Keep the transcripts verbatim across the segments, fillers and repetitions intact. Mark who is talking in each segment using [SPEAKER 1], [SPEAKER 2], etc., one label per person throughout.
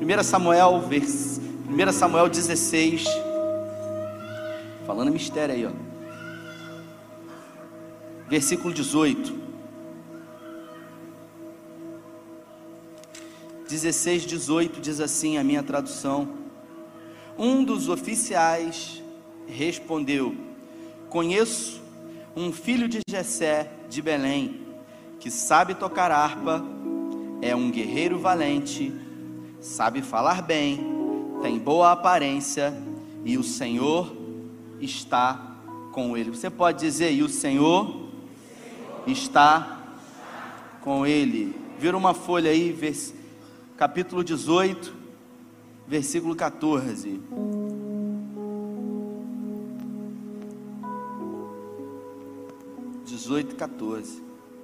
[SPEAKER 1] primeiro Samuel, vers... primeiro Samuel dezesseis, falando mistério aí, ó. Versículo dezoito. dezesseis, dezoito diz assim a minha tradução: um dos oficiais respondeu: conheço um filho de Jessé de Belém, que sabe tocar harpa, é um guerreiro valente, sabe falar bem, tem boa aparência, e o Senhor está com ele. Você pode dizer: e o Senhor está com ele. Vira uma folha aí, vers... capítulo dezoito, versículo quatorze. dezoito, quatorze.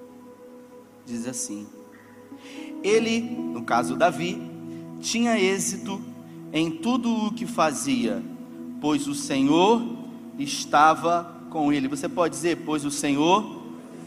[SPEAKER 1] Diz assim: ele, no caso Davi, tinha êxito em tudo o que fazia, pois o Senhor estava com ele. Você pode dizer: pois o Senhor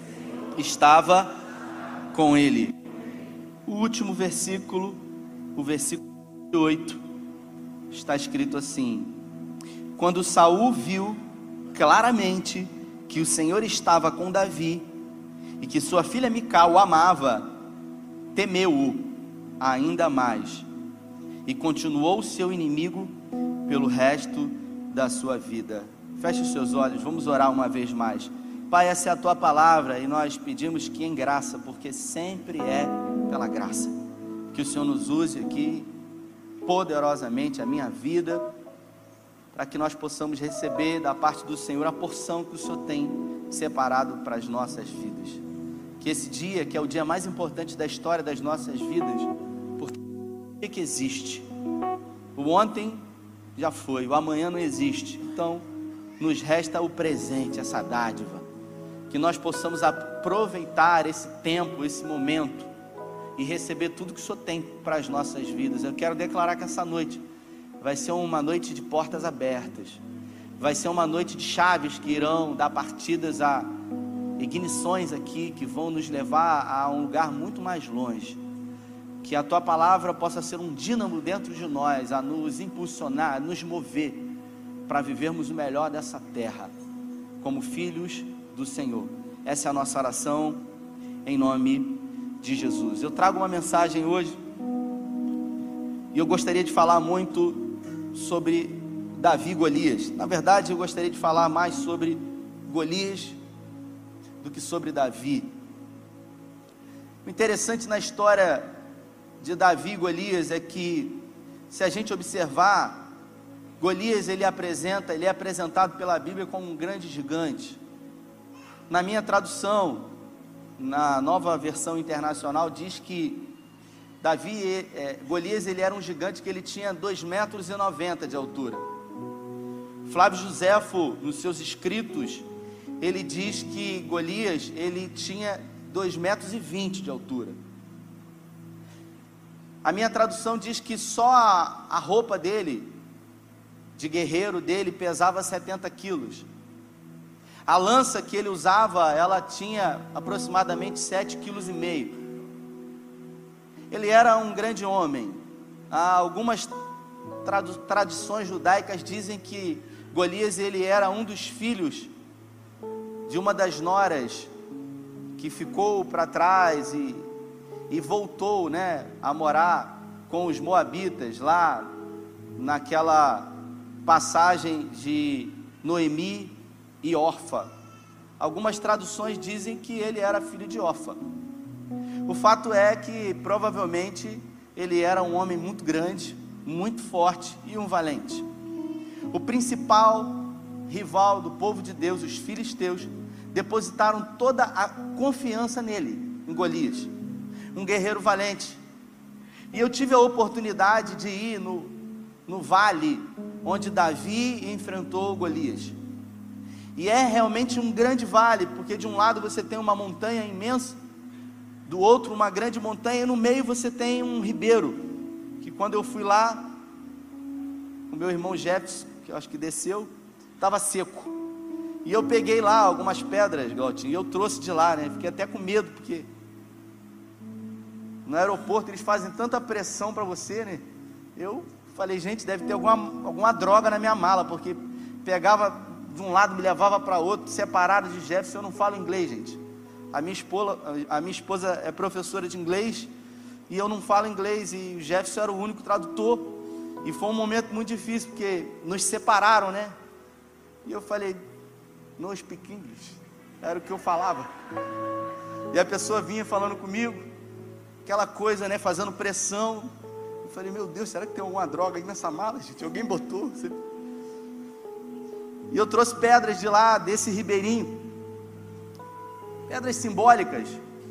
[SPEAKER 1] estava com ele. O último versículo, o versículo oito, está escrito assim: quando Saul viu claramente que o Senhor estava com Davi e que sua filha Mical o amava, temeu-o ainda mais e continuou seu inimigo pelo resto da sua vida. Feche os seus olhos, vamos orar uma vez mais. Pai, essa é a tua palavra e nós pedimos que em graça, porque sempre é pela graça, que o Senhor nos use aqui poderosamente a minha vida, para que nós possamos receber da parte do Senhor a porção que o Senhor tem separado para as nossas vidas. Que esse dia, que é o dia mais importante da história das nossas vidas, porque o que existe? O ontem já foi, o amanhã não existe. Então nos resta o presente, essa dádiva, que nós possamos aproveitar esse tempo, esse momento, e receber tudo que o Senhor tem para as nossas vidas. Eu quero declarar que essa noite vai ser uma noite de portas abertas, vai ser uma noite de chaves que irão dar partidas a ignições aqui, que vão nos levar a um lugar muito mais longe. Que a tua palavra possa ser um dínamo dentro de nós, a nos impulsionar, a nos mover para vivermos o melhor dessa terra, como filhos do Senhor. Essa é a nossa oração, em nome de Jesus. Eu trago uma mensagem hoje, e eu gostaria de falar muito sobre Davi e Golias. Na verdade, eu gostaria de falar mais sobre Golias do que sobre Davi. O interessante na história de Davi e Golias é que, se a gente observar, Golias ele apresenta, ele é apresentado pela Bíblia como um grande gigante. Na minha tradução, na Nova Versão Internacional, diz que Davi, é, Golias ele era um gigante que ele tinha dois metros e noventa de altura. Flávio Joséfo, nos seus escritos, ele diz que Golias ele tinha dois metros e vinte de altura. A minha tradução diz que só a, a roupa dele, de guerreiro dele, pesava setenta quilos. A lança que ele usava, ela tinha aproximadamente sete quilos e meio. Ele era um grande homem. Há algumas tradu- tradições judaicas dizem que Golias ele era um dos filhos de uma das noras que ficou para trás e, e voltou, né, a morar com os moabitas lá naquela passagem de Noemi e Orfa. Algumas traduções dizem que ele era filho de Orfa. O fato é que provavelmente ele era um homem muito grande, muito forte e um valente. O principal rival do povo de Deus, os filisteus, depositaram toda a confiança nele, em Golias, um guerreiro valente. E eu tive a oportunidade de ir no, no vale onde Davi enfrentou Golias. E é realmente um grande vale, porque de um lado você tem uma montanha imensa, do outro uma grande montanha, e no meio você tem um ribeiro, que quando eu fui lá, o meu irmão Jefferson, que eu acho que desceu, estava seco, e eu peguei lá algumas pedras, Galtinho, e eu trouxe de lá, né? Fiquei até com medo, porque no aeroporto eles fazem tanta pressão para você, né? Eu falei, gente, deve ter alguma, alguma droga na minha mala, porque pegava de um lado, me levava para outro, separado de Jefferson. Eu não falo inglês, gente. A minha esposa, a minha esposa é professora de inglês, e eu não falo inglês, e o Jefferson era o único tradutor, e foi um momento muito difícil, porque nos separaram, né? E eu falei, no speak English, era o que eu falava, e a pessoa vinha falando comigo, aquela coisa, né, fazendo pressão. Eu falei, meu Deus, será que tem alguma droga aí nessa mala, gente? Alguém botou? E eu trouxe pedras de lá, desse ribeirinho, pedras simbólicas,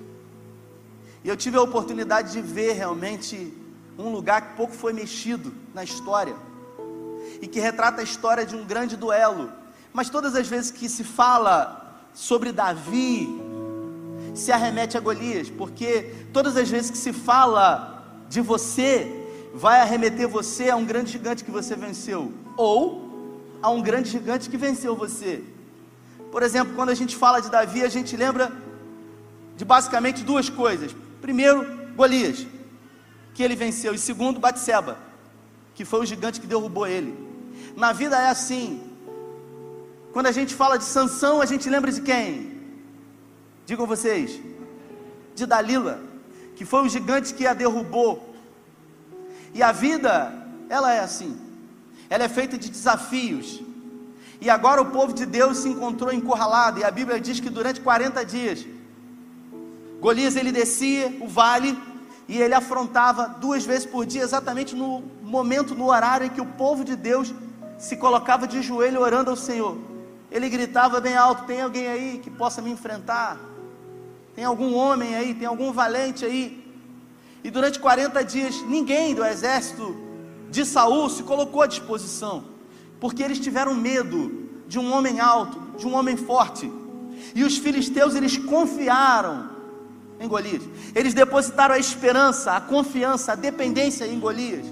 [SPEAKER 1] e eu tive a oportunidade de ver realmente um lugar que pouco foi mexido na história, e que retrata a história de um grande duelo. Mas todas as vezes que se fala sobre Davi, se arremete a Golias, porque todas as vezes que se fala de você, vai arremeter você a um grande gigante que você venceu, ou a um grande gigante que venceu você. Por exemplo, quando a gente fala de Davi, a gente lembra de basicamente duas coisas. Primeiro, Golias, que ele venceu, e segundo, Batseba, que foi o gigante que derrubou ele. Na vida é assim. Quando a gente fala de Sansão, a gente lembra de quem? Digam vocês. De Dalila, que foi o gigante que a derrubou. E a vida, ela é assim. Ela é feita de desafios. E agora o povo de Deus se encontrou encurralado, e a Bíblia diz que durante quarenta dias, Golias, ele descia o vale, e ele afrontava duas vezes por dia, exatamente no momento, no horário em que o povo de Deus se colocava de joelho orando ao Senhor. Ele gritava bem alto, tem alguém aí que possa me enfrentar? Tem algum homem aí, tem algum valente aí? E durante quarenta dias, ninguém do exército de Saul se colocou à disposição, porque eles tiveram medo de um homem alto, de um homem forte. E os filisteus, eles confiaram em Golias. Eles depositaram a esperança, a confiança, a dependência em Golias.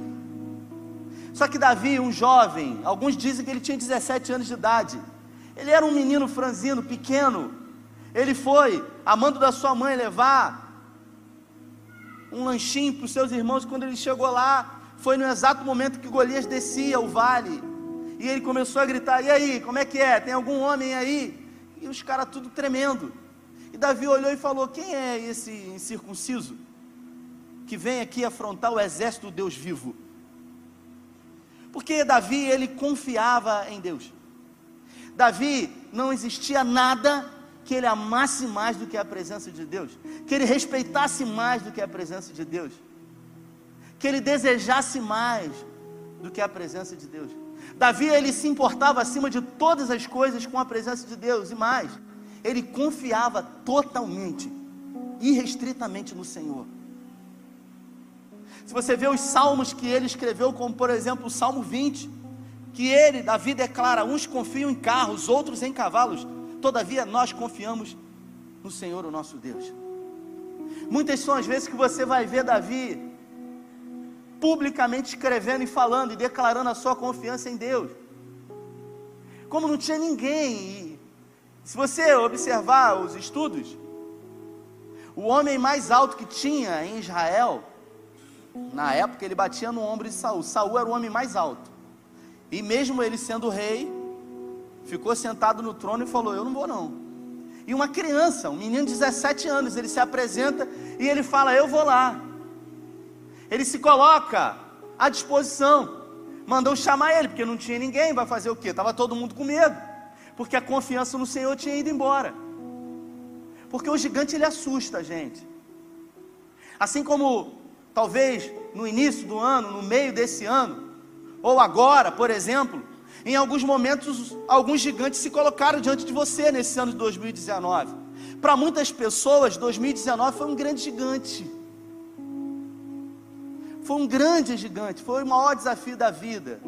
[SPEAKER 1] Só que Davi, um jovem, alguns dizem que ele tinha dezessete anos de idade, ele era um menino franzino, pequeno. Ele foi, a mando da sua mãe, levar um lanchinho para os seus irmãos. Quando ele chegou lá, foi no exato momento que Golias descia o vale, e ele começou a gritar, e aí, como é que é? Tem algum homem aí? E os caras tudo tremendo. E Davi olhou e falou, quem é esse incircunciso que vem aqui afrontar o exército do Deus vivo? Porque Davi, ele confiava em Deus. Davi, não existia nada que ele amasse mais do que a presença de Deus, que ele respeitasse mais do que a presença de Deus, que ele desejasse mais do que a presença de Deus. Davi, ele se importava acima de todas as coisas com a presença de Deus, e mais, ele confiava totalmente, irrestritamente no Senhor. Se você vê os salmos que ele escreveu, como por exemplo o Salmo vinte, que ele, Davi, declara, uns confiam em carros, outros em cavalos, todavia nós confiamos no Senhor, o nosso Deus. Muitas são as vezes que você vai ver Davi publicamente escrevendo e falando e declarando a sua confiança em Deus, como não tinha ninguém. E se você observar os estudos, o homem mais alto que tinha em Israel, na época, ele batia no ombro de Saul. Saul era o homem mais alto, e mesmo ele sendo rei, ficou sentado no trono e falou, eu não vou não. E uma criança, um menino de dezessete anos, ele se apresenta e ele fala, eu vou lá. Ele se coloca à disposição. Mandou chamar ele, porque não tinha ninguém, vai fazer o quê? Estava todo mundo com medo, porque a confiança no Senhor tinha ido embora. Porque o gigante, ele assusta a gente. Assim como talvez no início do ano, no meio desse ano, ou agora, por exemplo, em alguns momentos, alguns gigantes se colocaram diante de você nesse ano de dois mil e dezenove. Para muitas pessoas, dois mil e dezenove foi um grande gigante. Foi um grande gigante, foi o maior desafio da vida.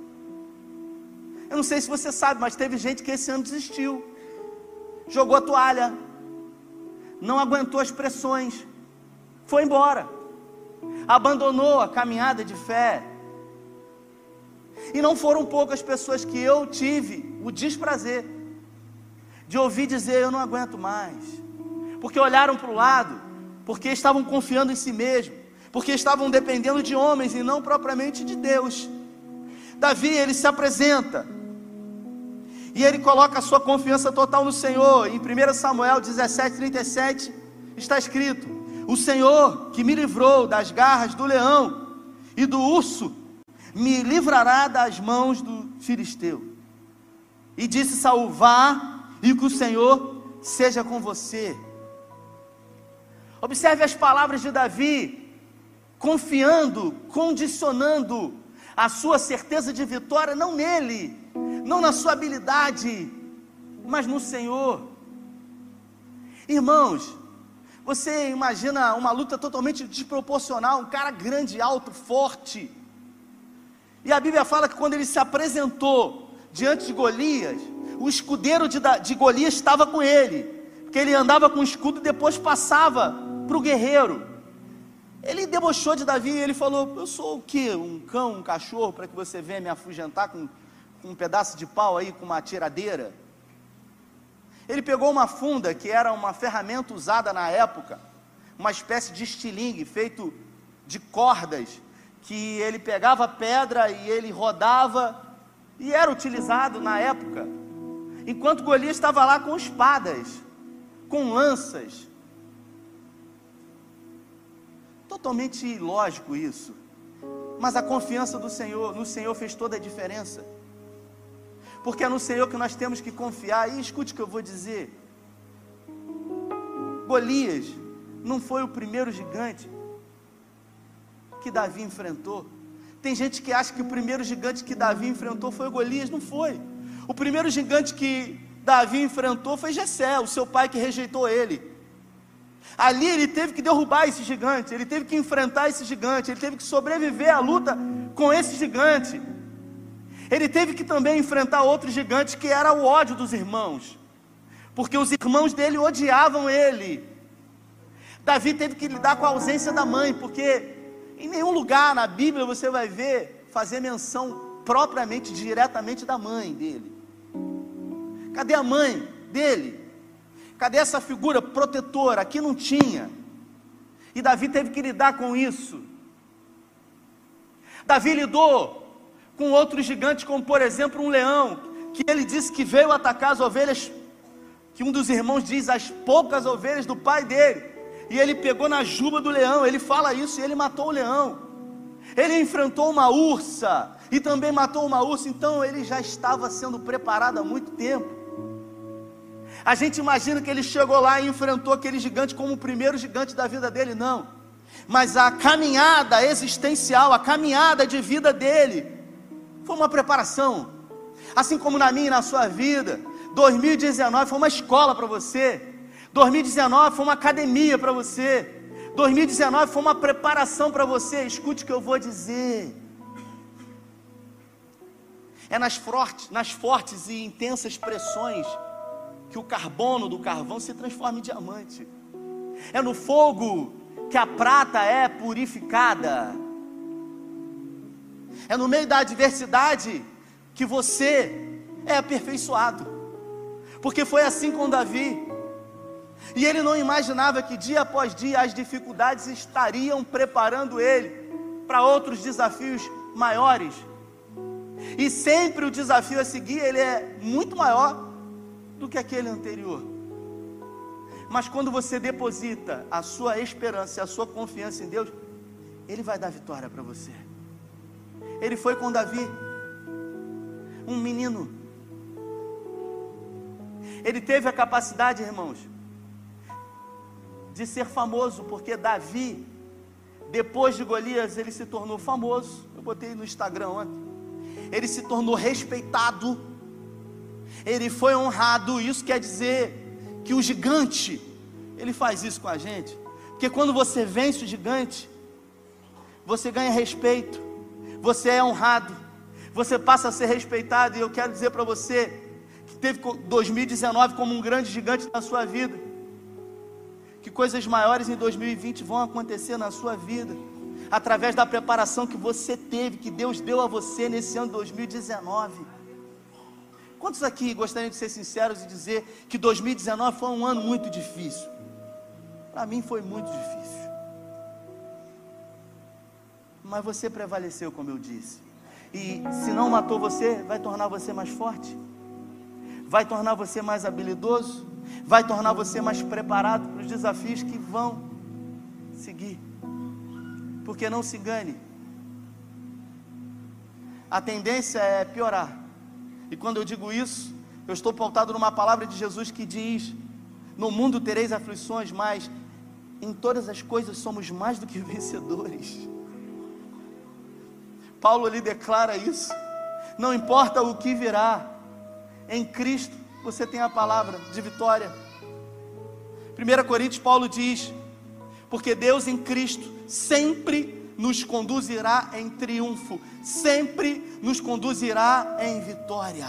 [SPEAKER 1] Eu não sei se você sabe, mas teve gente que esse ano desistiu, jogou a toalha, não aguentou as pressões, foi embora, abandonou a caminhada de fé. E não foram poucas pessoas que eu tive o desprazer de ouvir dizer, eu não aguento mais, porque olharam para o lado, porque estavam confiando em si mesmo, porque estavam dependendo de homens e não propriamente de Deus. Davi, ele se apresenta, e ele coloca a sua confiança total no Senhor. Em primeiro Samuel dezessete, trinta e sete, está escrito: o Senhor que me livrou das garras do leão e do urso, me livrará das mãos do filisteu. E disse Saul: vá, e que o Senhor seja com você. Observe as palavras de Davi, confiando, condicionando a sua certeza de vitória, não nele, não na sua habilidade, mas no Senhor. Irmãos, você imagina uma luta totalmente desproporcional, um cara grande, alto, forte, e a Bíblia fala que quando ele se apresentou diante de Golias, o escudeiro de, de Golias estava com ele, porque ele andava com o escudo e depois passava para o guerreiro. Ele debochou de Davi, ele falou: eu sou o quê? Um cão, um cachorro, para que você venha me afugentar com, com um pedaço de pau aí, com uma tiradeira? Ele pegou uma funda, que era uma ferramenta usada na época, uma espécie de estilingue, feito de cordas, que ele pegava pedra e ele rodava, e era utilizado na época, enquanto Golias estava lá com espadas, com lanças. Totalmente ilógico isso, mas a confiança do Senhor, no Senhor fez toda a diferença, porque é no Senhor que nós temos que confiar. E escute o que eu vou dizer: Golias não foi o primeiro gigante que Davi enfrentou. Tem gente que acha que o primeiro gigante que Davi enfrentou foi Golias. Não foi. O primeiro gigante que Davi enfrentou foi Jessé, o seu pai, que rejeitou ele. Ali ele teve que derrubar esse gigante, ele teve que enfrentar esse gigante, ele teve que sobreviver à luta com esse gigante. Ele teve que também enfrentar outro gigante, que era o ódio dos irmãos, porque os irmãos dele odiavam ele. Davi teve que lidar com a ausência da mãe, porque em nenhum lugar na Bíblia você vai ver fazer menção propriamente, diretamente da mãe dele. Cadê a mãe dele? Cadê essa figura protetora? Aqui não tinha. E Davi teve que lidar com isso. Davi lidou com outros gigantes, como por exemplo um leão, que ele disse que veio atacar as ovelhas, que um dos irmãos diz, as poucas ovelhas do pai dele, e ele pegou na juba do leão. Ele fala isso, e ele matou o leão. Ele enfrentou uma ursa, e também matou uma ursa. Então ele já estava sendo preparado há muito tempo. A gente imagina que ele chegou lá e enfrentou aquele gigante como o primeiro gigante da vida dele. Não, mas a caminhada existencial, a caminhada de vida dele foi uma preparação, assim como na minha e na sua vida. dois mil e dezenove foi uma escola para você, dois mil e dezenove foi uma academia para você, dois mil e dezenove foi uma preparação para você. Escute o que eu vou dizer: é nas fortes, nas fortes e intensas pressões que o carbono do carvão se transforma em diamante. É no fogo que a prata é purificada. É no meio da adversidade que você é aperfeiçoado. Porque foi assim com Davi. E ele não imaginava que dia após dia as dificuldades estariam preparando ele para outros desafios maiores. E sempre o desafio a seguir, ele é muito maior do que aquele anterior. Mas quando você deposita a sua esperança e a sua confiança em Deus, Ele vai dar vitória para você. Ele foi com Davi, um menino. Ele teve a capacidade, irmãos, de ser famoso, porque Davi, depois de Golias, ele se tornou famoso. Eu botei no Instagram ontem. Ele se tornou respeitado, ele foi honrado. Isso quer dizer que o gigante, ele faz isso com a gente, porque quando você vence o gigante, você ganha respeito, você é honrado, você passa a ser respeitado. E eu quero dizer para você, que teve dois mil e dezenove como um grande gigante na sua vida, que coisas maiores em dois mil e vinte vão acontecer na sua vida, através da preparação que você teve, que Deus deu a você nesse ano dois mil e dezenove. Quantos aqui gostariam de ser sinceros e dizer que dois mil e dezenove foi um ano muito difícil? Para mim foi muito difícil. mas você prevaleceu, como eu disse. E se não matou você, vai tornar você mais forte, vai tornar você mais habilidoso, vai tornar você mais preparado para os desafios que vão seguir. Porque não se engane, a tendência é piorar. E quando eu digo isso, eu estou pautado numa palavra de Jesus que diz: no mundo tereis aflições, mas em todas as coisas somos mais do que vencedores. Paulo ali declara isso. Não importa o que virá, em Cristo você tem a palavra de vitória. primeira Coríntios, Paulo diz: porque Deus em Cristo sempre nos conduzirá em triunfo, sempre nos conduzirá em vitória.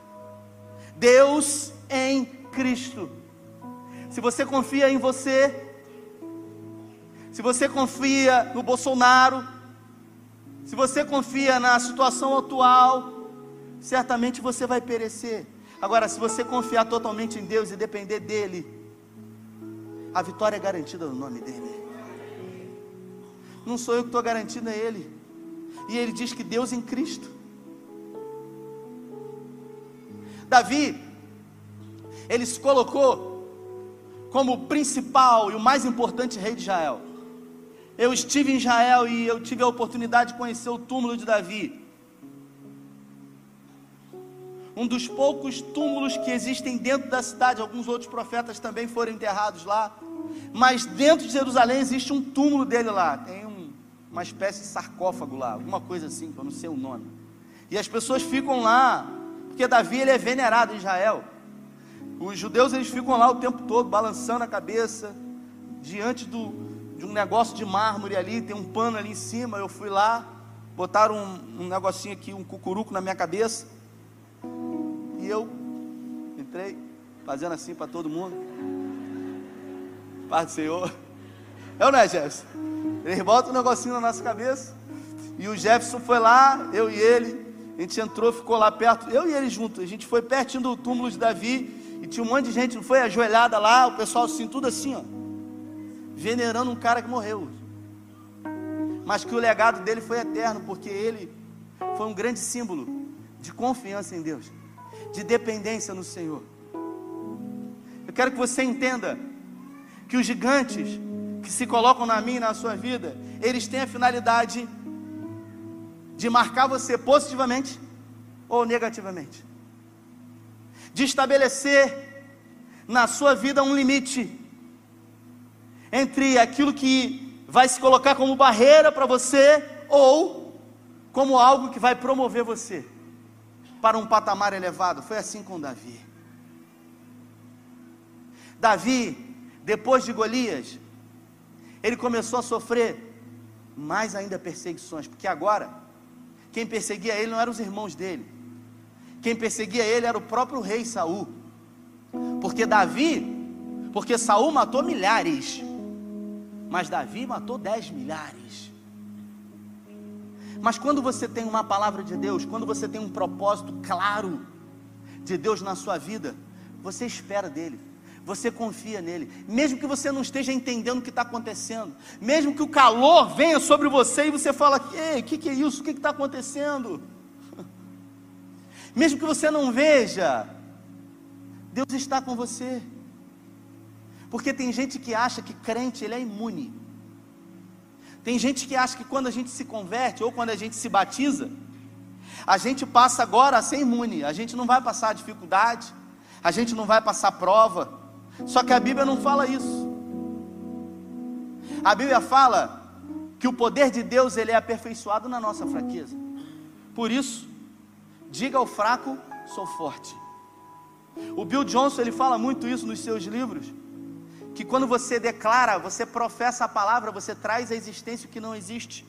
[SPEAKER 1] Deus em Cristo. Se você confia em você, se você confia no Bolsonaro, se você confia na situação atual, certamente você vai perecer. Agora, se você confiar totalmente em Deus e depender dEle, a vitória é garantida no nome dEle. Não sou eu que estou garantindo, é Ele. E Ele diz que Deus em Cristo. Davi, ele se colocou como o principal e o mais importante rei de Israel. Eu estive em Israel e eu tive a oportunidade de conhecer o túmulo de Davi. Um dos poucos túmulos que existem dentro da cidade. Alguns outros profetas também foram enterrados lá, mas dentro de Jerusalém existe um túmulo dele lá. Tem um, uma espécie de sarcófago lá, alguma coisa assim, que eu não sei o nome. E as pessoas ficam lá, porque Davi ele é venerado em Israel. Os judeus eles ficam lá o tempo todo, balançando a cabeça, diante do de um negócio de mármore ali, tem um pano ali em cima. Eu fui lá, botaram um, um negocinho aqui, um cucuruco na minha cabeça, e eu entrei, fazendo assim para todo mundo. Paz do Senhor. É ou não é, Jefferson? Eles botam um negocinho na nossa cabeça, e o Jefferson foi lá, eu e ele, a gente entrou, ficou lá perto, eu e ele junto, a gente foi pertinho do túmulo de Davi, e tinha um monte de gente, não foi, ajoelhada lá, o pessoal assim, tudo assim, ó, venerando um cara que morreu, mas que o legado dele foi eterno, porque ele foi um grande símbolo de confiança em Deus, de dependência no Senhor. Eu quero que você entenda que os gigantes que se colocam na minha e na sua vida, eles têm a finalidade de marcar você positivamente ou negativamente, de estabelecer na sua vida um limite entre aquilo que vai se colocar como barreira para você, ou como algo que vai promover você para um patamar elevado. Foi assim com Davi. Davi, depois de Golias, ele começou a sofrer mais ainda perseguições, porque agora, quem perseguia ele não eram os irmãos dele, quem perseguia ele era o próprio rei Saul, porque Davi, porque Saul matou milhares, mas Davi matou dez milhares. Mas quando você tem uma palavra de Deus, quando você tem um propósito claro de Deus na sua vida, você espera dele, você confia nele, mesmo que você não esteja entendendo o que está acontecendo, mesmo que o calor venha sobre você e você fala: ei, o que, que é isso, o que está acontecendo? Mesmo que você não veja, Deus está com você. Porque tem gente que acha que crente ele é imune. Tem gente que acha que quando a gente se converte, ou quando a gente se batiza, a gente passa agora a ser imune, a gente não vai passar dificuldade, a gente não vai passar prova. Só que a Bíblia não fala isso. A Bíblia fala que o poder de Deus ele é aperfeiçoado na nossa fraqueza. Por isso, diga ao fraco, sou forte. O Bill Johnson ele fala muito isso nos seus livros, que quando você declara, você professa a palavra, você traz à existência o que não existe.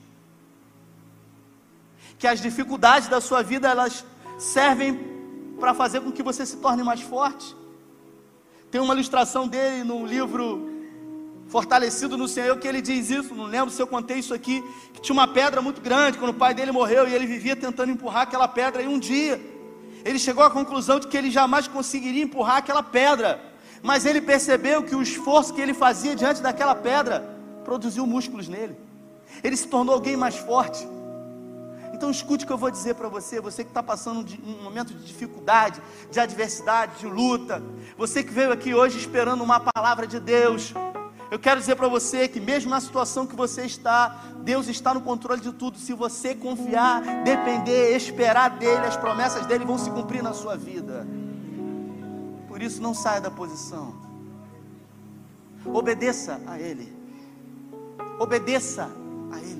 [SPEAKER 1] Que as dificuldades da sua vida, elas servem para fazer com que você se torne mais forte. Tem uma ilustração dele no livro Fortalecido no Senhor, que ele diz isso, não lembro se eu contei isso aqui, que tinha uma pedra muito grande, quando o pai dele morreu, e ele vivia tentando empurrar aquela pedra, e um dia, ele chegou à conclusão de que ele jamais conseguiria empurrar aquela pedra, mas ele percebeu que o esforço que ele fazia diante daquela pedra, produziu músculos nele. ele se tornou alguém mais forte. Então escute o que eu vou dizer para você, você que está passando de um momento de dificuldade, de adversidade, de luta, você que veio aqui hoje esperando uma palavra de Deus, eu quero dizer para você que mesmo na situação que você está, Deus está no controle de tudo. Se você confiar, depender, esperar dEle, as promessas dEle vão se cumprir na sua vida. Por isso não saia da posição, obedeça a Ele, obedeça a Ele.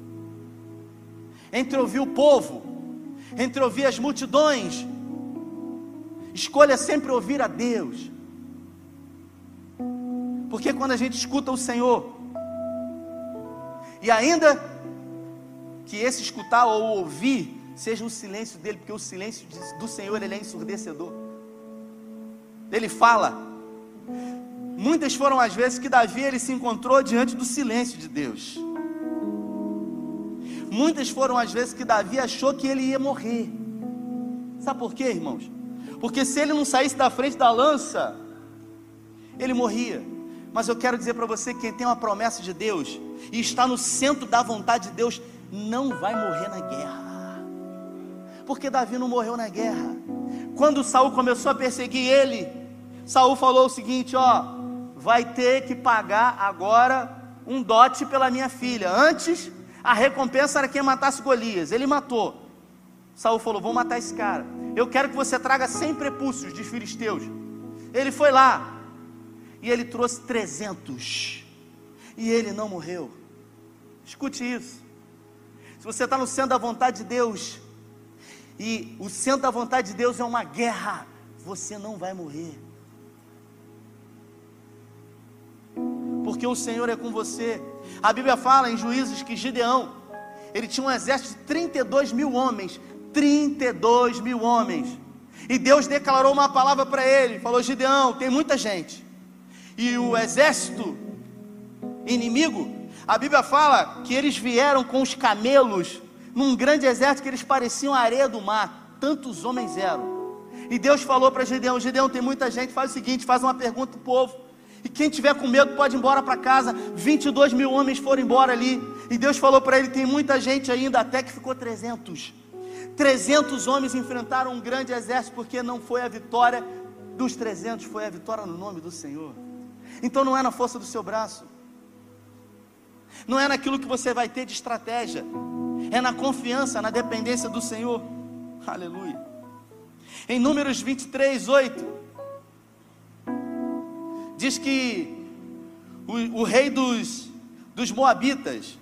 [SPEAKER 1] Entre ouvir o povo, entre ouvir as multidões, escolha sempre ouvir a Deus. Porque quando a gente escuta o Senhor, e ainda que esse escutar ou ouvir seja o silêncio dele, porque o silêncio do Senhor, ele é ensurdecedor. Ele fala. Muitas foram as vezes que Davi, ele se encontrou diante do silêncio de Deus. Muitas foram as vezes que Davi achou que ele ia morrer. Sabe por quê, irmãos? Porque se ele não saísse da frente da lança, ele morria. Mas eu quero dizer para você que quem tem uma promessa de Deus e está no centro da vontade de Deus, não vai morrer na guerra. Porque Davi não morreu na guerra. Quando Saul começou a perseguir ele, Saul falou o seguinte: ó, vai ter que pagar agora um dote pela minha filha. Antes, a recompensa era quem matasse Golias. Ele matou. Saul falou: vou matar esse cara. Eu quero que você traga cem prepúcios de filisteus. Ele foi lá e ele trouxe trezentos, e ele não morreu. Escute isso. Se você está no centro da vontade de Deus, e o centro da vontade de Deus é uma guerra, você não vai morrer, porque o Senhor é com você. A Bíblia fala em Juízes que Gideão, ele tinha um exército de trinta e dois mil homens, trinta e dois mil homens, e Deus declarou uma palavra para ele, falou: Gideão, tem muita gente, e o exército inimigo, a Bíblia fala que eles vieram com os camelos, num grande exército que eles pareciam a areia do mar, tantos homens eram. E Deus falou para Gideão: Gideão, tem muita gente, faz o seguinte, faz uma pergunta para o povo, e quem tiver com medo pode ir embora para casa. Vinte e dois mil homens foram embora ali, e Deus falou para ele: tem muita gente ainda, até que ficou trezentos. trezentos homens enfrentaram um grande exército, porque não foi a vitória dos trezentos, foi a vitória no nome do Senhor. Então não é na força do seu braço, não é naquilo que você vai ter de estratégia, é na confiança, na dependência do Senhor. Aleluia. Em Números vinte e três, oito, diz que o, o rei dos, dos Moabitas,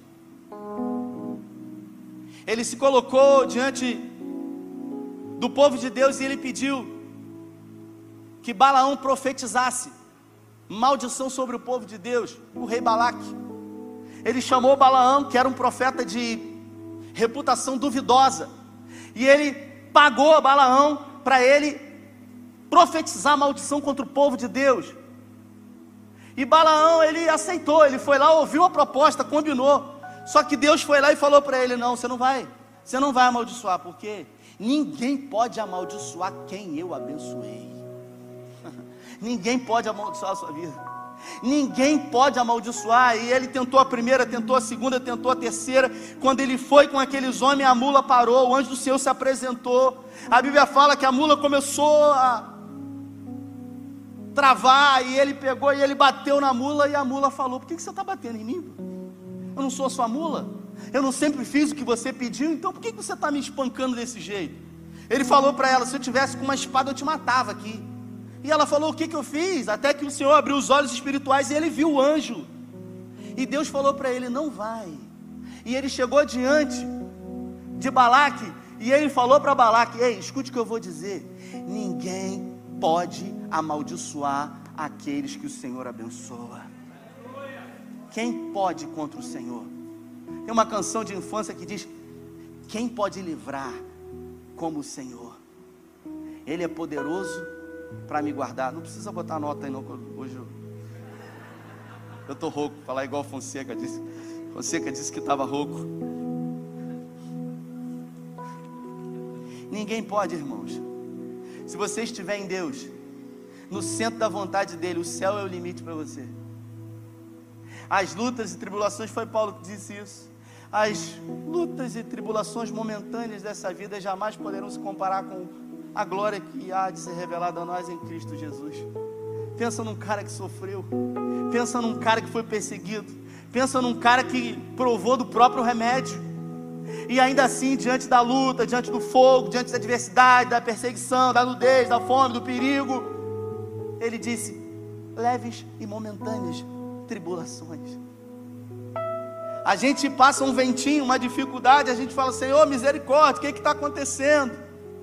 [SPEAKER 1] ele se colocou diante do povo de Deus e ele pediu que Balaão profetizasse maldição sobre o povo de Deus. O rei Balaque, ele chamou Balaão, que era um profeta de reputação duvidosa, e ele pagou Balaão para ele profetizar maldição contra o povo de Deus. E Balaão, ele aceitou, ele foi lá, ouviu a proposta, combinou. Só que Deus foi lá e falou para ele: não, você não vai, você não vai amaldiçoar, porque ninguém pode amaldiçoar quem eu abençoei. Ninguém pode amaldiçoar a sua vida, ninguém pode amaldiçoar. E ele tentou a primeira, tentou a segunda, tentou a terceira. Quando ele foi com aqueles homens, a mula parou, o anjo do Senhor se apresentou. A Bíblia fala que a mula começou a travar, e ele pegou e ele bateu na mula, e a mula falou: por que você está batendo em mim? Eu não sou a sua mula? Eu não sempre fiz o que você pediu? Então por que você está me espancando desse jeito? Ele falou para ela: se eu tivesse com uma espada eu te matava aqui. E ela falou: o que que eu fiz? Até que o Senhor abriu os olhos espirituais e ele viu o anjo, e Deus falou para ele: não vai. E ele chegou diante de Balaque, e ele falou para Balaque: ei, escute o que eu vou dizer, ninguém pode amaldiçoar aqueles que o Senhor abençoa. Quem pode contra o Senhor? Tem uma canção de infância que diz: quem pode livrar como o Senhor? Ele é poderoso para me guardar. Não precisa botar nota aí não, hoje eu eu estou rouco, falar igual Fonseca disse. Fonseca disse que estava rouco. Ninguém pode, irmãos. Se você estiver em Deus, no centro da vontade dele, o céu é o limite para você. As lutas e tribulações, foi Paulo que disse isso, as lutas e tribulações momentâneas dessa vida jamais poderão se comparar com a glória que há de ser revelada a nós em Cristo Jesus. Pensa num cara que sofreu, pensa num cara que foi perseguido, pensa num cara que provou do próprio remédio, e ainda assim, diante da luta, diante do fogo, diante da adversidade, da perseguição, da nudez, da fome, do perigo, ele disse: leves e momentâneas tribulações. A gente passa um ventinho, uma dificuldade, a gente fala: Senhor, misericórdia, o que está acontecendo?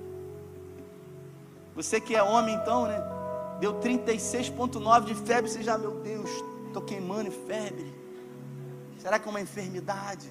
[SPEAKER 1] Você que é homem então, né? Deu trinta e seis vírgula nove de febre, você já, meu Deus, estou queimando em febre. Será que é uma enfermidade?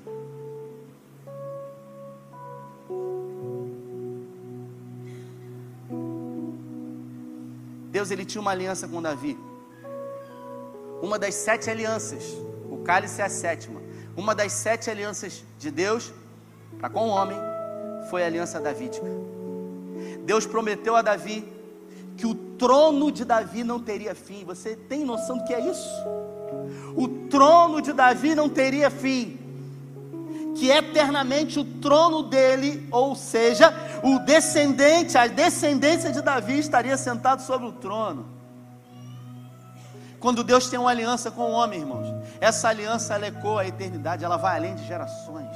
[SPEAKER 1] Deus, ele tinha uma aliança com Davi. Uma das sete alianças, o cálice é a sétima. Uma das sete alianças de Deus para com o homem foi a aliança davídica. Deus prometeu a Davi que o trono de Davi não teria fim. Você tem noção do que é isso? O trono de Davi não teria fim, que eternamente o trono dele, ou seja, o descendente, a descendência de Davi estaria sentado sobre o trono. Quando Deus tem uma aliança com o homem, irmãos, essa aliança ela ecoa a eternidade, ela vai além de gerações.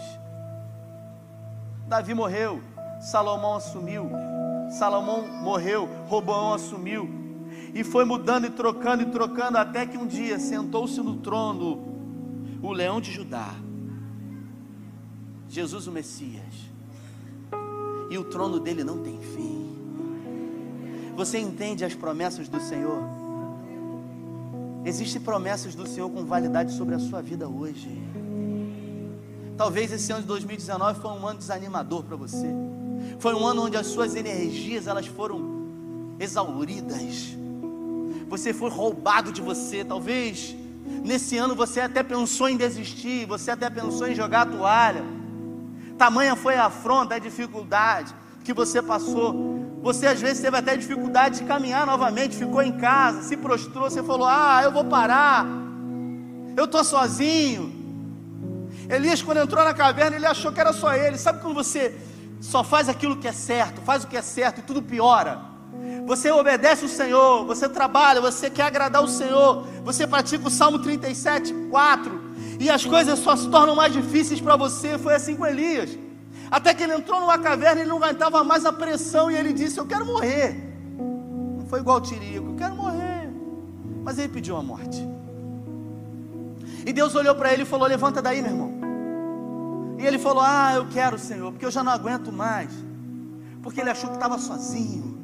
[SPEAKER 1] Davi morreu, Salomão assumiu, Salomão morreu, Roboão assumiu, e foi mudando e trocando e trocando, até que um dia sentou-se no trono o leão de Judá, Jesus o Messias, e o trono dele não tem fim. Você entende as promessas do Senhor? Existem promessas do Senhor com validade sobre a sua vida hoje. Talvez esse ano de dois mil e dezenove foi um ano desanimador para você. Foi um ano onde as suas energias elas foram exauridas. Você foi roubado de você. Talvez nesse ano você até pensou em desistir, você até pensou em jogar a toalha. Tamanha foi a afronta, a dificuldade que você passou. Você às vezes teve até dificuldade de caminhar novamente, ficou em casa, se prostrou, você falou: ah, eu vou parar, eu estou sozinho. Elias, quando entrou na caverna, ele achou que era só ele. Sabe quando você só faz aquilo que é certo, faz o que é certo e tudo piora? Você obedece o Senhor, você trabalha, você quer agradar o Senhor, você pratica o Salmo trinta e sete, quatro, e as coisas só se tornam mais difíceis para você. Foi assim com Elias, até que ele entrou numa caverna, ele não aguentava mais a pressão, e ele disse: eu quero morrer. Não foi igual o Tirico, eu quero morrer. Mas ele pediu a morte, e Deus olhou para ele e falou: levanta daí, meu irmão. E ele falou: ah, eu quero, Senhor, porque eu já não aguento mais. Porque ele achou que estava sozinho.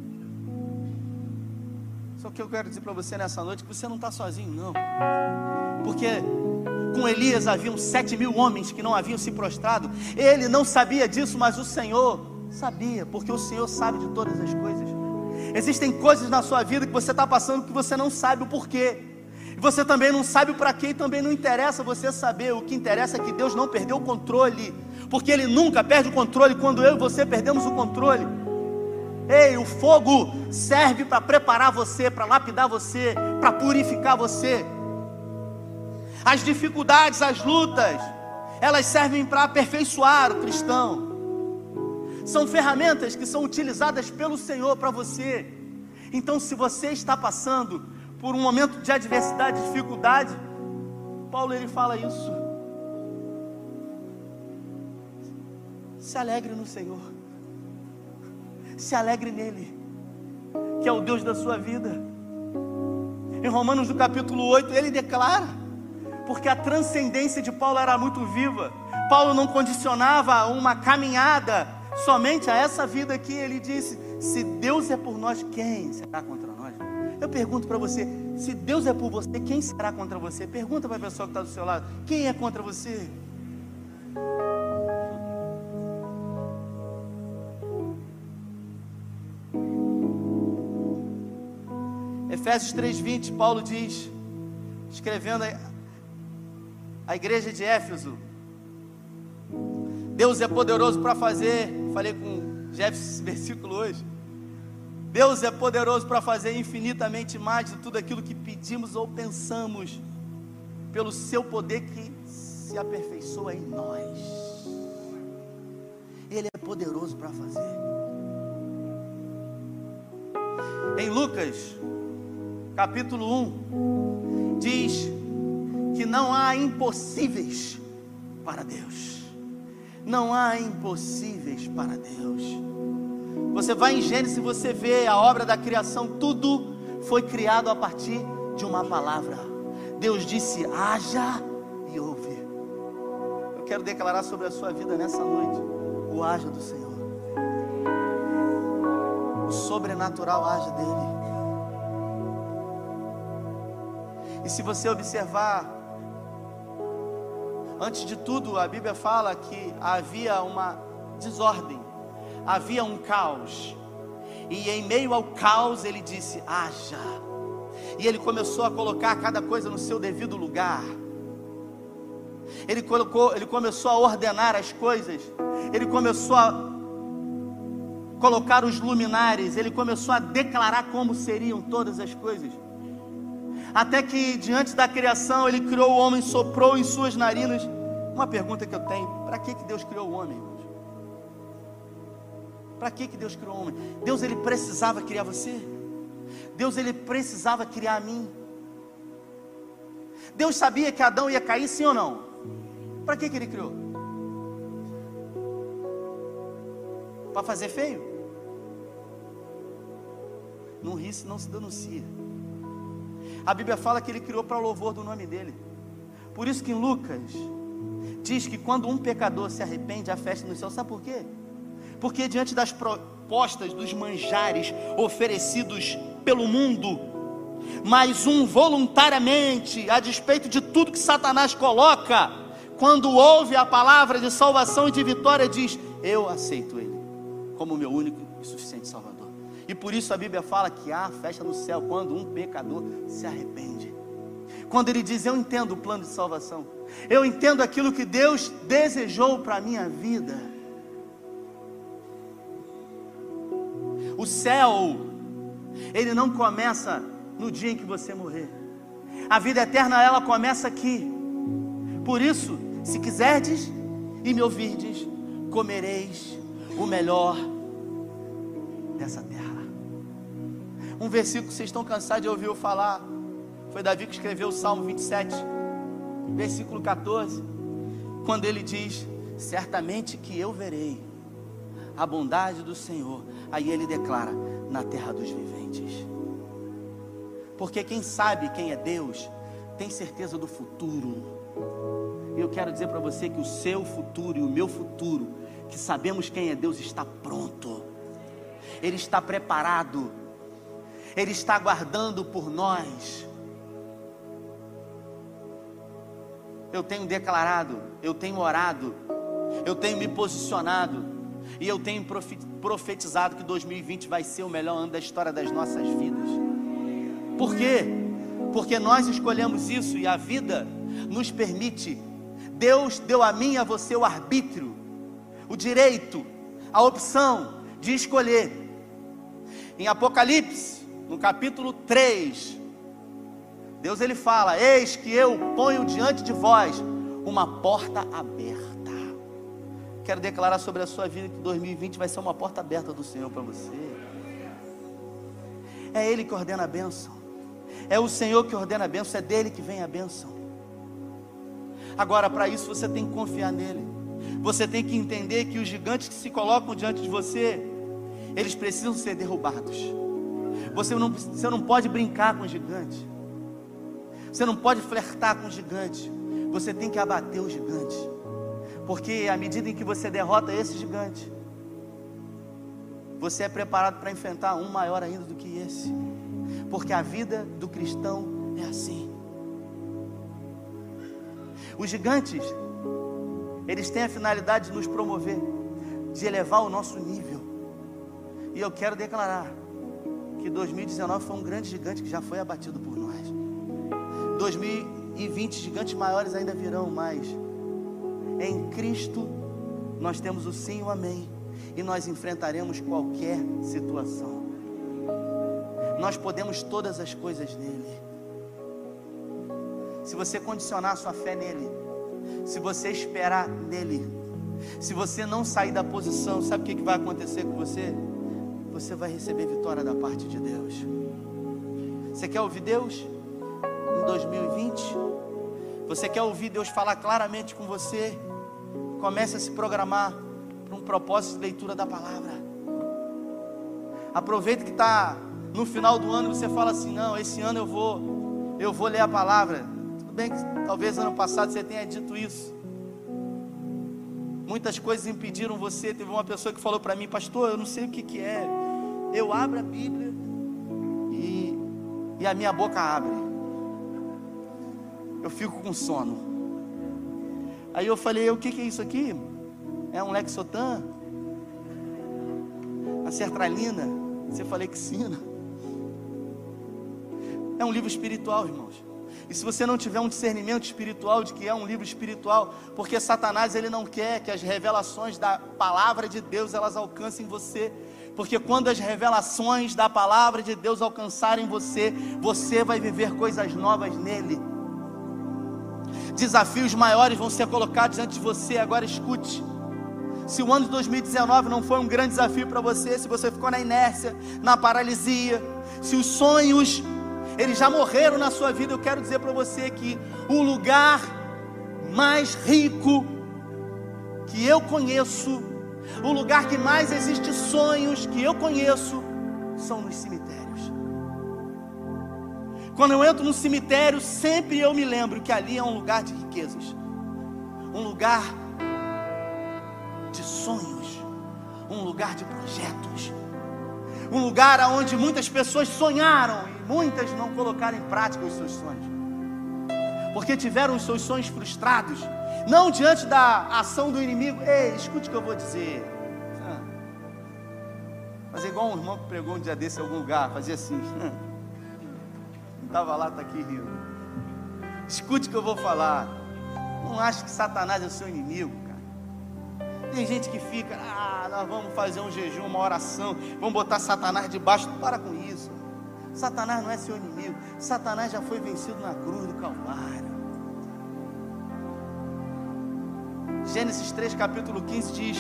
[SPEAKER 1] Só que eu quero dizer para você nessa noite que você não está sozinho, não. Porque com Elias haviam sete mil homens que não haviam se prostrado. Ele não sabia disso, mas o Senhor sabia, porque o Senhor sabe de todas as coisas. Existem coisas na sua vida que você está passando que você não sabe o porquê. E você também não sabe o para quê, e também não interessa você saber. O que interessa é que Deus não perdeu o controle, porque Ele nunca perde o controle quando eu e você perdemos o controle. Ei, o fogo serve para preparar você, para lapidar você, para purificar você. As dificuldades, as lutas, elas servem para aperfeiçoar o cristão. São ferramentas que são utilizadas pelo Senhor para você. Então, se você está passando por um momento de adversidade, dificuldade, Paulo ele fala isso: se alegre no Senhor, se alegre nele, que é o Deus da sua vida. Em Romanos no capítulo oito ele declara, porque a transcendência de Paulo era muito viva. Paulo não condicionava uma caminhada somente a essa vida aqui. Ele disse: se Deus é por nós, quem será contra nós? Eu pergunto para você: se Deus é por você, quem será contra você? Pergunta para a pessoa que está do seu lado: quem é contra você? Efésios três, vinte, Paulo diz, escrevendo a, a igreja de Éfeso: Deus é poderoso para fazer, falei com Jefferson esse versículo hoje, Deus é poderoso para fazer infinitamente mais de tudo aquilo que pedimos ou pensamos, pelo seu poder que se se aperfeiçoa em nós. Ele é poderoso para fazer. Em Lucas, capítulo um, diz que não há impossíveis para Deus. Não há impossíveis para Deus. Você vai em Gênesis e você vê a obra da criação, tudo foi criado a partir de uma palavra. Deus disse: haja, e houve. Eu quero declarar sobre a sua vida nessa noite: o haja do Senhor, o sobrenatural haja dele. E se você observar, antes de tudo, a Bíblia fala que havia uma desordem, havia um caos, e em meio ao caos ele disse: haja. E ele começou a colocar cada coisa no seu devido lugar. Ele colocou, ele começou a ordenar as coisas. Ele começou a colocar os luminares. Ele começou a declarar como seriam todas as coisas. Até que diante da criação ele criou o homem, soprou em suas narinas. Uma pergunta que eu tenho: para que que Deus criou o homem, irmãos? Para que que Deus criou o homem? Deus, ele precisava criar você? Deus, ele precisava criar a mim? Deus sabia que Adão ia cair, sim ou não? Para que que ele criou? Para fazer feio? Não ri, se não se denuncia. A Bíblia fala que ele criou para o louvor do nome dele. Por isso que em Lucas diz que quando um pecador se arrepende, há festa no céu. Sabe por quê? Porque diante das propostas, dos manjares oferecidos pelo mundo, mas um voluntariamente, a despeito de tudo que Satanás coloca, quando ouve a palavra de salvação e de vitória, diz: eu aceito ele como meu único e suficiente Salvador. E por isso a Bíblia fala que há festa no céu quando um pecador se arrepende. Quando ele diz: eu entendo o plano de salvação, eu entendo aquilo que Deus desejou para a minha vida. O céu, ele não começa no dia em que você morrer. A vida eterna, ela começa aqui. Por isso, se quiserdes e me ouvirdes, comereis o melhor dessa terra. Um versículo que vocês estão cansados de ouvir eu falar, foi Davi que escreveu o Salmo vinte e sete, versículo quatorze, quando ele diz: certamente que eu verei a bondade do Senhor. Aí ele declara: na terra dos viventes. Porque quem sabe quem é Deus tem certeza do futuro. E eu quero dizer para você que o seu futuro e o meu futuro, que sabemos quem é Deus, está pronto. Ele está preparado. Ele está aguardando por nós. Eu tenho declarado, eu tenho orado, eu tenho me posicionado, e eu tenho profetizado que dois mil e vinte vai ser o melhor ano da história das nossas vidas. Por quê? Porque nós escolhemos isso e a vida nos permite. Deus deu a mim e a você o arbítrio, o direito, a opção de escolher. Em Apocalipse, no capítulo três, Deus ele fala: eis que eu ponho diante de vós uma porta aberta. Quero declarar sobre a sua vida que dois mil e vinte vai ser uma porta aberta do Senhor para você. É Ele que ordena a bênção, é o Senhor que ordena a bênção, é dele que vem a bênção. Agora, para isso você tem que confiar nele. Você tem que entender que os gigantes que se colocam diante de você, eles precisam ser derrubados. Você não, você não pode brincar com o gigante, você não pode flertar com o gigante. Você tem que abater o gigante, porque à medida em que você derrota esse gigante, você é preparado para enfrentar um maior ainda do que esse. Porque a vida do cristão é assim. Os gigantes, eles têm a finalidade de nos promover, de elevar o nosso nível. E eu quero declarar que dois mil e dezenove foi um grande gigante que já foi abatido por nós. dois mil e vinte gigantes maiores ainda virão, mas em Cristo nós temos o sim e o amém, e nós enfrentaremos qualquer situação. Nós podemos todas as coisas nele. Se você condicionar a sua fé nele, Se você esperar nele, se você não sair da posição, sabe o que vai acontecer com você? Você vai receber vitória da parte de Deus. Você quer ouvir Deus em dois mil e vinte? Você quer ouvir Deus falar claramente com você? Comece a se programar para um propósito de leitura da palavra. Aproveita que está no final do ano e você fala assim: não, esse ano eu vou, eu vou ler a palavra. Tudo bem que talvez ano passado você tenha dito isso. Muitas coisas impediram você. Teve uma pessoa que falou para mim: pastor, eu não sei o que, que é. Eu abro a Bíblia e, e a minha boca abre. Eu fico com sono. Aí eu falei: o que, que é isso aqui? É um Lexotan? A sertralina? Você falei que ensina. É um livro espiritual, irmãos. E se você não tiver um discernimento espiritual de que é um livro espiritual, porque Satanás ele não quer que as revelações da palavra de Deus elas alcancem você, porque quando as revelações da palavra de Deus alcançarem você, você vai viver coisas novas nele. Desafios maiores vão ser colocados diante de você. Agora escute: se o ano de dois mil e dezenove não foi um grande desafio para você, se você ficou na inércia, na paralisia, se os sonhos eles já morreram na sua vida, eu quero dizer para você que o lugar mais rico que eu conheço, o lugar que mais existe sonhos que eu conheço, são nos cemitérios. Quando eu entro no cemitério, sempre eu me lembro que ali é um lugar de riquezas, um lugar de sonhos, um lugar de projetos, um lugar onde muitas pessoas sonharam e muitas não colocaram em prática os seus sonhos, porque tiveram os seus sonhos frustrados, não diante da ação do inimigo. Ei, escute o que eu vou dizer. Mas é igual um irmão que pregou um dia desse em algum lugar, fazia assim, não estava lá, está aqui rindo. Escute o que eu vou falar. Não ache que Satanás é o seu inimigo, cara. Tem gente que fica: ah, nós vamos fazer um jejum, uma oração, vamos botar Satanás debaixo. Para com isso. Satanás não é seu inimigo. Satanás já foi vencido na cruz do Calvário. Gênesis três, capítulo quinze diz: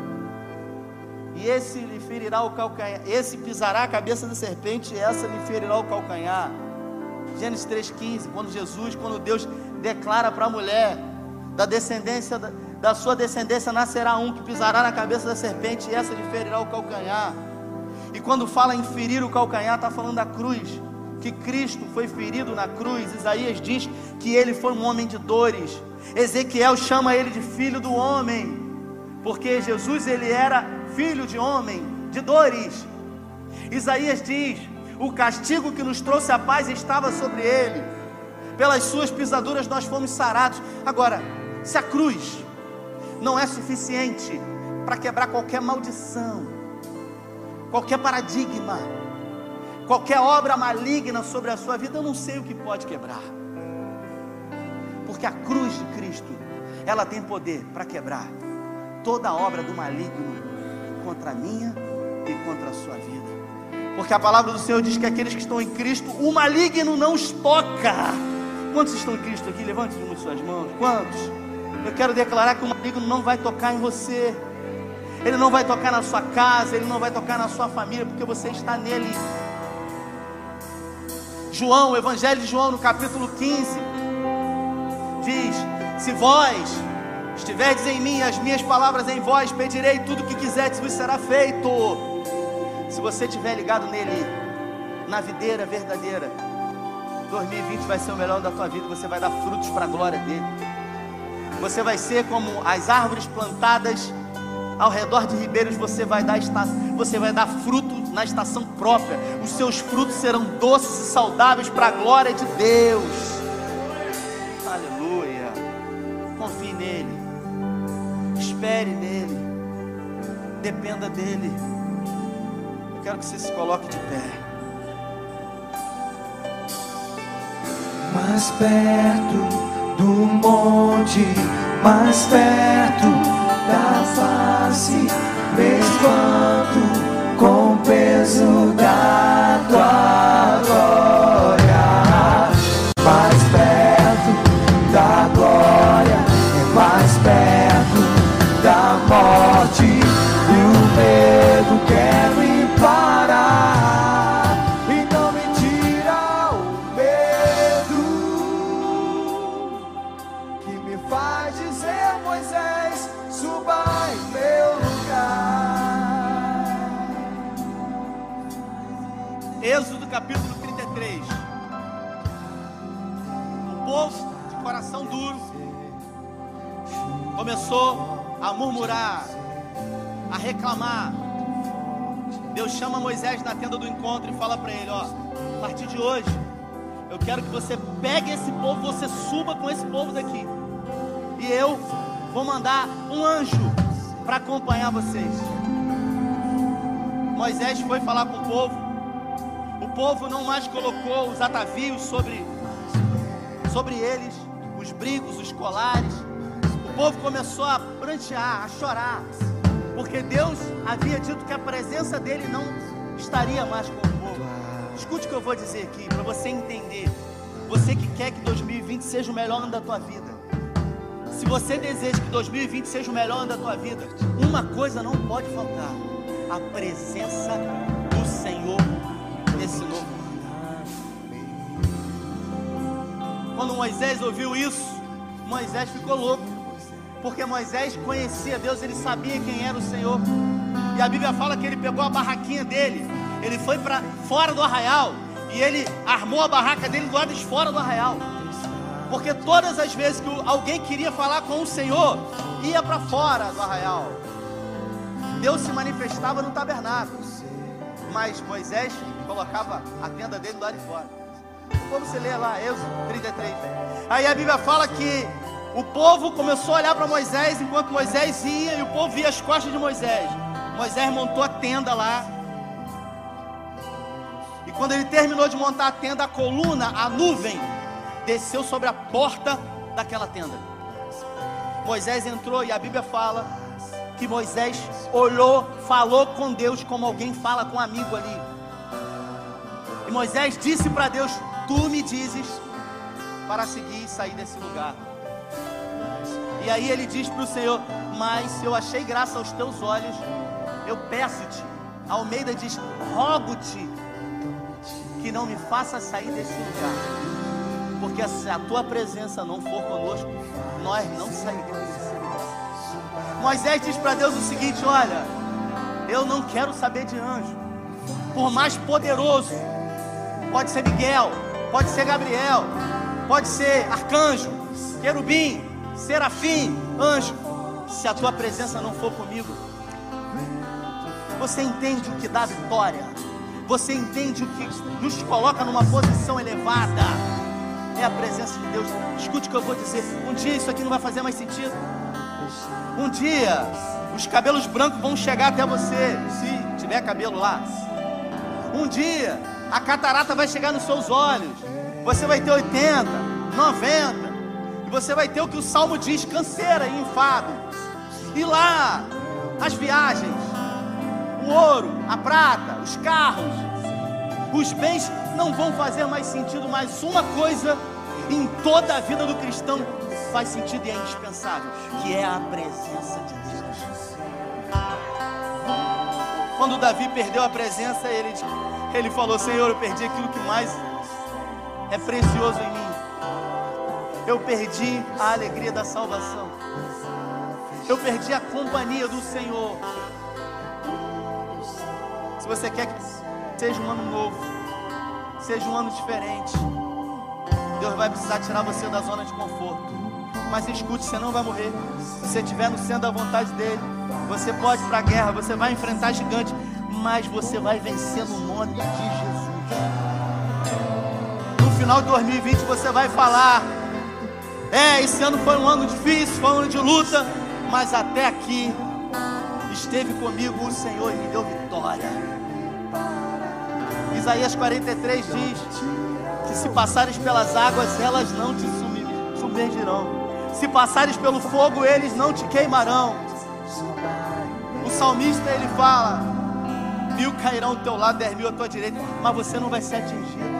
[SPEAKER 1] e esse lhe ferirá o calcanhar, esse pisará a cabeça da serpente, e essa lhe ferirá o calcanhar. Gênesis três, quinze, quando Jesus, quando Deus declara para a mulher: da descendência, da, da sua descendência nascerá um que pisará na cabeça da serpente, e essa lhe ferirá o calcanhar. E quando fala em ferir o calcanhar, está falando da cruz, que Cristo foi ferido na cruz. Isaías diz que ele foi um homem de dores. Ezequiel chama ele de filho do homem, porque Jesus ele era filho de homem, de dores. Isaías diz: o castigo que nos trouxe a paz estava sobre ele, pelas suas pisaduras nós fomos sarados. Agora, se a cruz não é suficiente para quebrar qualquer maldição, qualquer paradigma, qualquer obra maligna sobre a sua vida, eu não sei o que pode quebrar, porque a cruz de Cristo, ela tem poder para quebrar toda a obra do maligno contra a minha e contra a sua vida, porque a palavra do Senhor diz que aqueles que estão em Cristo, o maligno não os toca. Quantos estão em Cristo aqui? Levante de suas mãos. Quantos? Eu quero declarar que o maligno não vai tocar em você, ele não vai tocar na sua casa, ele não vai tocar na sua família, porque você está nele. João, o Evangelho de João, no capítulo quinze, diz: se vós estiverdes em mim, as minhas palavras em vós, pedirei tudo o que quiserdes, vos será feito. Se você estiver ligado nele, na videira verdadeira, dois mil e vinte vai ser o melhor da tua vida. Você vai dar frutos para a glória dele. Você vai ser como as árvores plantadas ao redor de ribeiros. Você vai dar, você vai dar fruto na estação própria. Os seus frutos serão doces e saudáveis para a glória de Deus. Aleluia. Confie nele, espere nele, dependa dele. Eu quero que você se coloque de pé.
[SPEAKER 2] Mais perto do monte, mais perto da face, mesmo com o peso da tua glória, mais perto da glória,
[SPEAKER 1] Êxodo capítulo trinta e três. O povo de coração duro começou a murmurar, a reclamar. Deus chama Moisés na tenda do encontro e fala para ele: ó, a partir de hoje eu quero que você pegue esse povo, você suba com esse povo daqui, e eu vou mandar um anjo para acompanhar vocês. Moisés foi falar com o povo. O povo não mais colocou os atavios sobre, sobre eles, os brincos, os colares. O povo começou a prantear, a chorar, porque Deus havia dito que a presença dele não estaria mais com o povo. Escute o que eu vou dizer aqui, para você entender. Você que quer que dois mil e vinte seja o melhor ano da tua vida, se você deseja que dois mil e vinte seja o melhor ano da tua vida, uma coisa não pode faltar: a presença do Senhor nesse novo ano. Quando Moisés ouviu isso, Moisés ficou louco, porque Moisés conhecia Deus, ele sabia quem era o Senhor. E a Bíblia fala que ele pegou a barraquinha dele, ele foi para fora do arraial e ele armou a barraca dele do lado de fora do arraial, porque todas as vezes que alguém queria falar com o Senhor, ia para fora do arraial. Deus se manifestava no tabernáculo, mas Moisés colocava a tenda dele do lado de fora. Como você lê lá, Êxodo trinta e três. Aí a Bíblia fala que o povo começou a olhar para Moisés enquanto Moisés ia, e o povo via as costas de Moisés. Moisés montou a tenda lá, e quando ele terminou de montar a tenda, a coluna, a nuvem, desceu sobre a porta daquela tenda. Moisés entrou, e a Bíblia fala que Moisés olhou, falou com Deus como alguém fala com um amigo ali. E Moisés disse para Deus: tu me dizes para seguir e sair desse lugar. E aí ele diz para o Senhor: mas se eu achei graça aos teus olhos, eu peço-te. Almeida diz: rogo-te que não me faça sair desse lugar, porque se a tua presença não for conosco, nós não sairemos desse lugar. Moisés diz para Deus o seguinte: olha, eu não quero saber de anjo, por mais poderoso, pode ser Miguel, pode ser Gabriel, pode ser arcanjo, querubim, serafim, anjo, se a tua presença não for comigo. Você entende o que dá vitória? Você entende o que nos coloca numa posição elevada? É a presença de Deus. Escute o que eu vou dizer. Um dia isso aqui não vai fazer mais sentido. Um dia os cabelos brancos vão chegar até você, se tiver cabelo lá. Um dia a catarata vai chegar nos seus olhos. Você vai ter oitenta, noventa, e você vai ter o que o Salmo diz: canseira e enfado. E lá as viagens, o ouro, a prata, os carros, os bens não vão fazer mais sentido. Mas uma coisa em toda a vida do cristão faz sentido e é indispensável, que é a presença de Deus. Quando Davi perdeu a presença, ele, ele falou: Senhor, eu perdi aquilo que mais é precioso em mim. Eu perdi a alegria da salvação. Eu perdi a companhia do Senhor. Se você quer que seja um ano novo, seja um ano diferente, Deus vai precisar tirar você da zona de conforto. Mas escute, você não vai morrer. Se você estiver no centro da vontade dele, você pode ir para a guerra, você vai enfrentar gigante, mas você vai vencer no nome de Jesus. No final de dois mil e vinte você vai falar: é, esse ano foi um ano difícil, foi um ano de luta, mas até aqui esteve comigo o Senhor e me deu vitória. Isaías quarenta e três diz que se passares pelas águas, elas não te submergirão. Se passares pelo fogo, eles não te queimarão. O salmista, ele fala: mil cairão ao teu lado, dez mil à tua direita, mas você não vai ser atingido.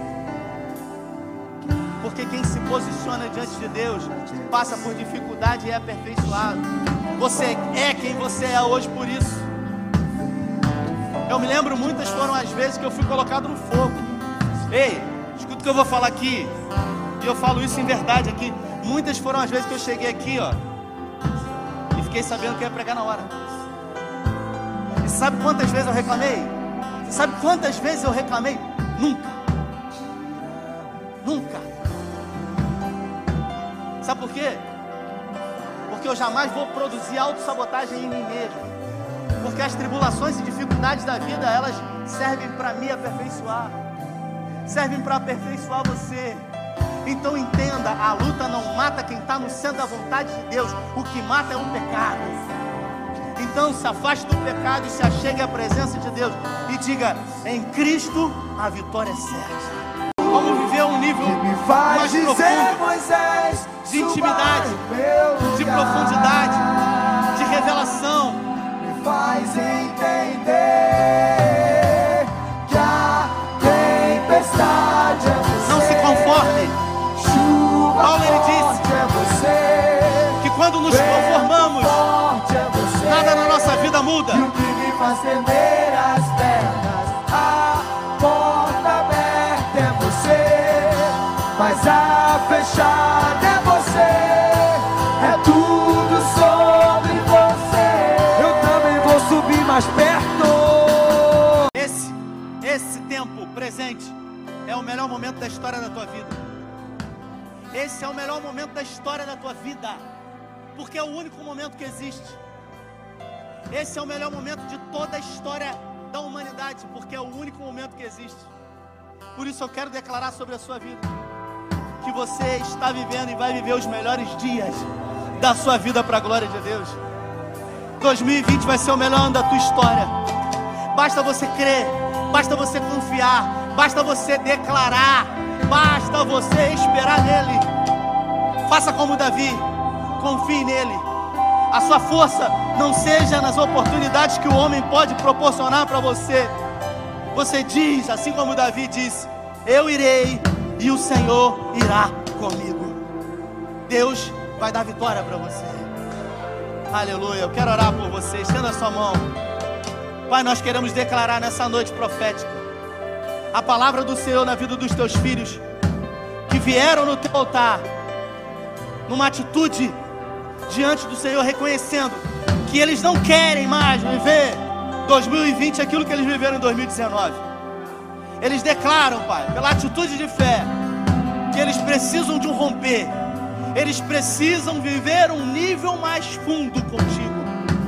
[SPEAKER 1] Porque quem se posiciona diante de Deus passa por dificuldade e é aperfeiçoado. Você é quem você é hoje por isso. Eu me lembro, muitas foram as vezes que eu fui colocado no fogo. Ei, escuta o que eu vou falar aqui, e eu falo isso em verdade aqui. Muitas foram as vezes que eu cheguei aqui, ó, e fiquei sabendo que ia pregar na hora. E sabe quantas vezes eu reclamei? Sabe quantas vezes eu reclamei? Nunca. Nunca. Sabe por quê? Porque eu jamais vou produzir autossabotagem em mim mesmo. Porque as tribulações e dificuldades da vida, elas servem para me aperfeiçoar. Servem para aperfeiçoar você. Então entenda, a luta não mata quem está no centro da vontade de Deus. O que mata é o pecado. Então se afaste do pecado e se achegue à presença de Deus. E diga, em Cristo a vitória é certa. Vamos viver um nível mais profundo de intimidade, de profundidade, de revelação.
[SPEAKER 2] Me faz entender que a tempestade é você.
[SPEAKER 1] Não se conforme.
[SPEAKER 2] Chuva
[SPEAKER 1] Paulo, ele
[SPEAKER 2] forte
[SPEAKER 1] disse
[SPEAKER 2] é você.
[SPEAKER 1] que quando nos conformamos,
[SPEAKER 2] Forte é você.
[SPEAKER 1] nada na nossa vida muda.
[SPEAKER 2] E o que me faz tremer as pernas, a porta aberta é você, mas a fechada é você. É tudo sobre você. Eu também vou subir mais perto.
[SPEAKER 1] Esse, esse tempo presente é o melhor momento da história da tua vida. Esse é o melhor momento da história da tua vida, porque é o único momento que existe. Esse é o melhor momento de toda a história da humanidade, porque é o único momento que existe. Por isso eu quero declarar sobre a sua vida que você está vivendo e vai viver os melhores dias da sua vida para a glória de Deus. dois mil e vinte vai ser o melhor ano da tua história. Basta você crer, basta você confiar, basta você declarar, basta você esperar nele. Faça como Davi, confie nele. A sua força não seja nas oportunidades que o homem pode proporcionar para você. Você diz, assim como Davi disse, eu irei e o Senhor irá comigo. Deus vai dar vitória para você. Aleluia. Eu quero orar por você. Estenda a sua mão. Pai, nós queremos declarar nessa noite profética a palavra do Senhor na vida dos teus filhos que vieram no teu altar numa atitude diante do Senhor, reconhecendo que eles não querem mais viver dois mil e vinte aquilo que eles viveram em dois mil e dezenove. Eles declaram, Pai, pela atitude de fé, que eles precisam de um romper. Eles precisam viver um nível mais fundo contigo.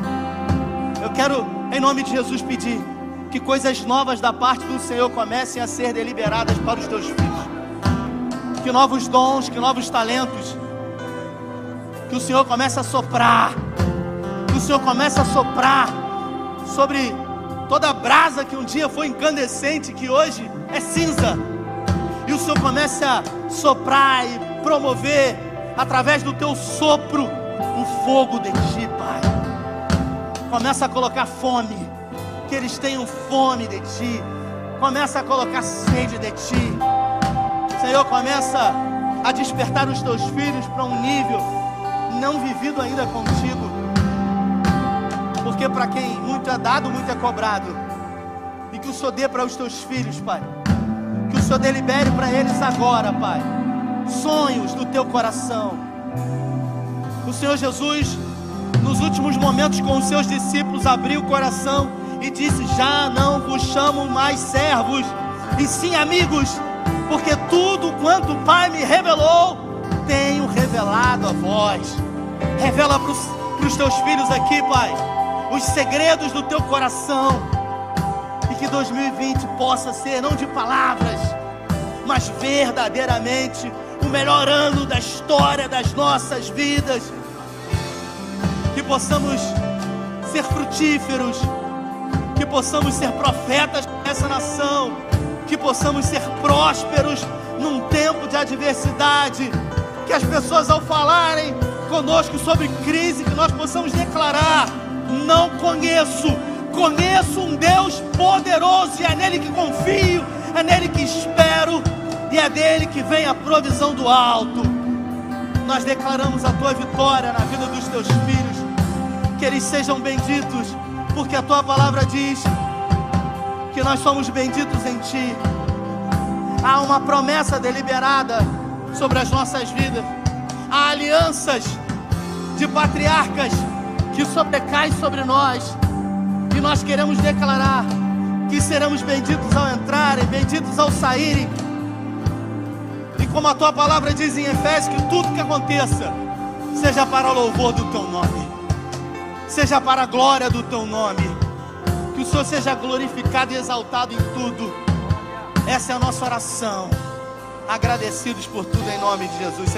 [SPEAKER 1] Eu quero, em nome de Jesus, pedir que coisas novas da parte do Senhor comecem a ser deliberadas para os teus filhos. Que novos dons, que novos talentos, que o Senhor comece a soprar, que o Senhor comece a soprar sobre toda a brasa que um dia foi incandescente, que hoje é cinza, e o Senhor comece a soprar e promover, através do teu sopro, um fogo de ti, Pai. Começa a colocar fome, que eles tenham fome de ti. Começa a colocar sede de ti. Senhor, começa a despertar os teus filhos para um nível não vivido ainda contigo. Porque para quem muito é dado, muito é cobrado. E que o Senhor dê para os teus filhos, Pai. Que o Senhor delibere para eles agora, Pai, sonhos do teu coração. O Senhor Jesus, nos últimos momentos com os seus discípulos, abriu o coração e disse: já não vos chamo mais servos, e sim amigos, porque tudo quanto o Pai me revelou, tenho revelado a vós. Revela para os teus filhos aqui, Pai, os segredos do teu coração, e que dois mil e vinte possa ser, não de palavras, mas verdadeiramente o melhor ano da história das nossas vidas. Que possamos ser frutíferos, que possamos ser profetas nessa nação, que possamos ser prósperos num tempo de adversidade, que as pessoas, ao falarem conosco sobre crise, que nós possamos declarar: não conheço, conheço um Deus poderoso, e é nele que confio, é nele que espero, e é dele que vem a provisão do alto. Nós declaramos a tua vitória na vida dos teus filhos, que eles sejam benditos, porque a tua palavra diz que nós somos benditos em ti. Há uma promessa deliberada sobre as nossas vidas. Há alianças de patriarcas que sobrecaem sobre nós, e nós queremos declarar que seremos benditos ao entrarem, benditos ao saírem. E como a tua palavra diz em Efésios, que tudo que aconteça seja para o louvor do teu nome, seja para a glória do teu nome, que o Senhor seja glorificado e exaltado em tudo. Essa é a nossa oração, agradecidos por tudo em nome de Jesus.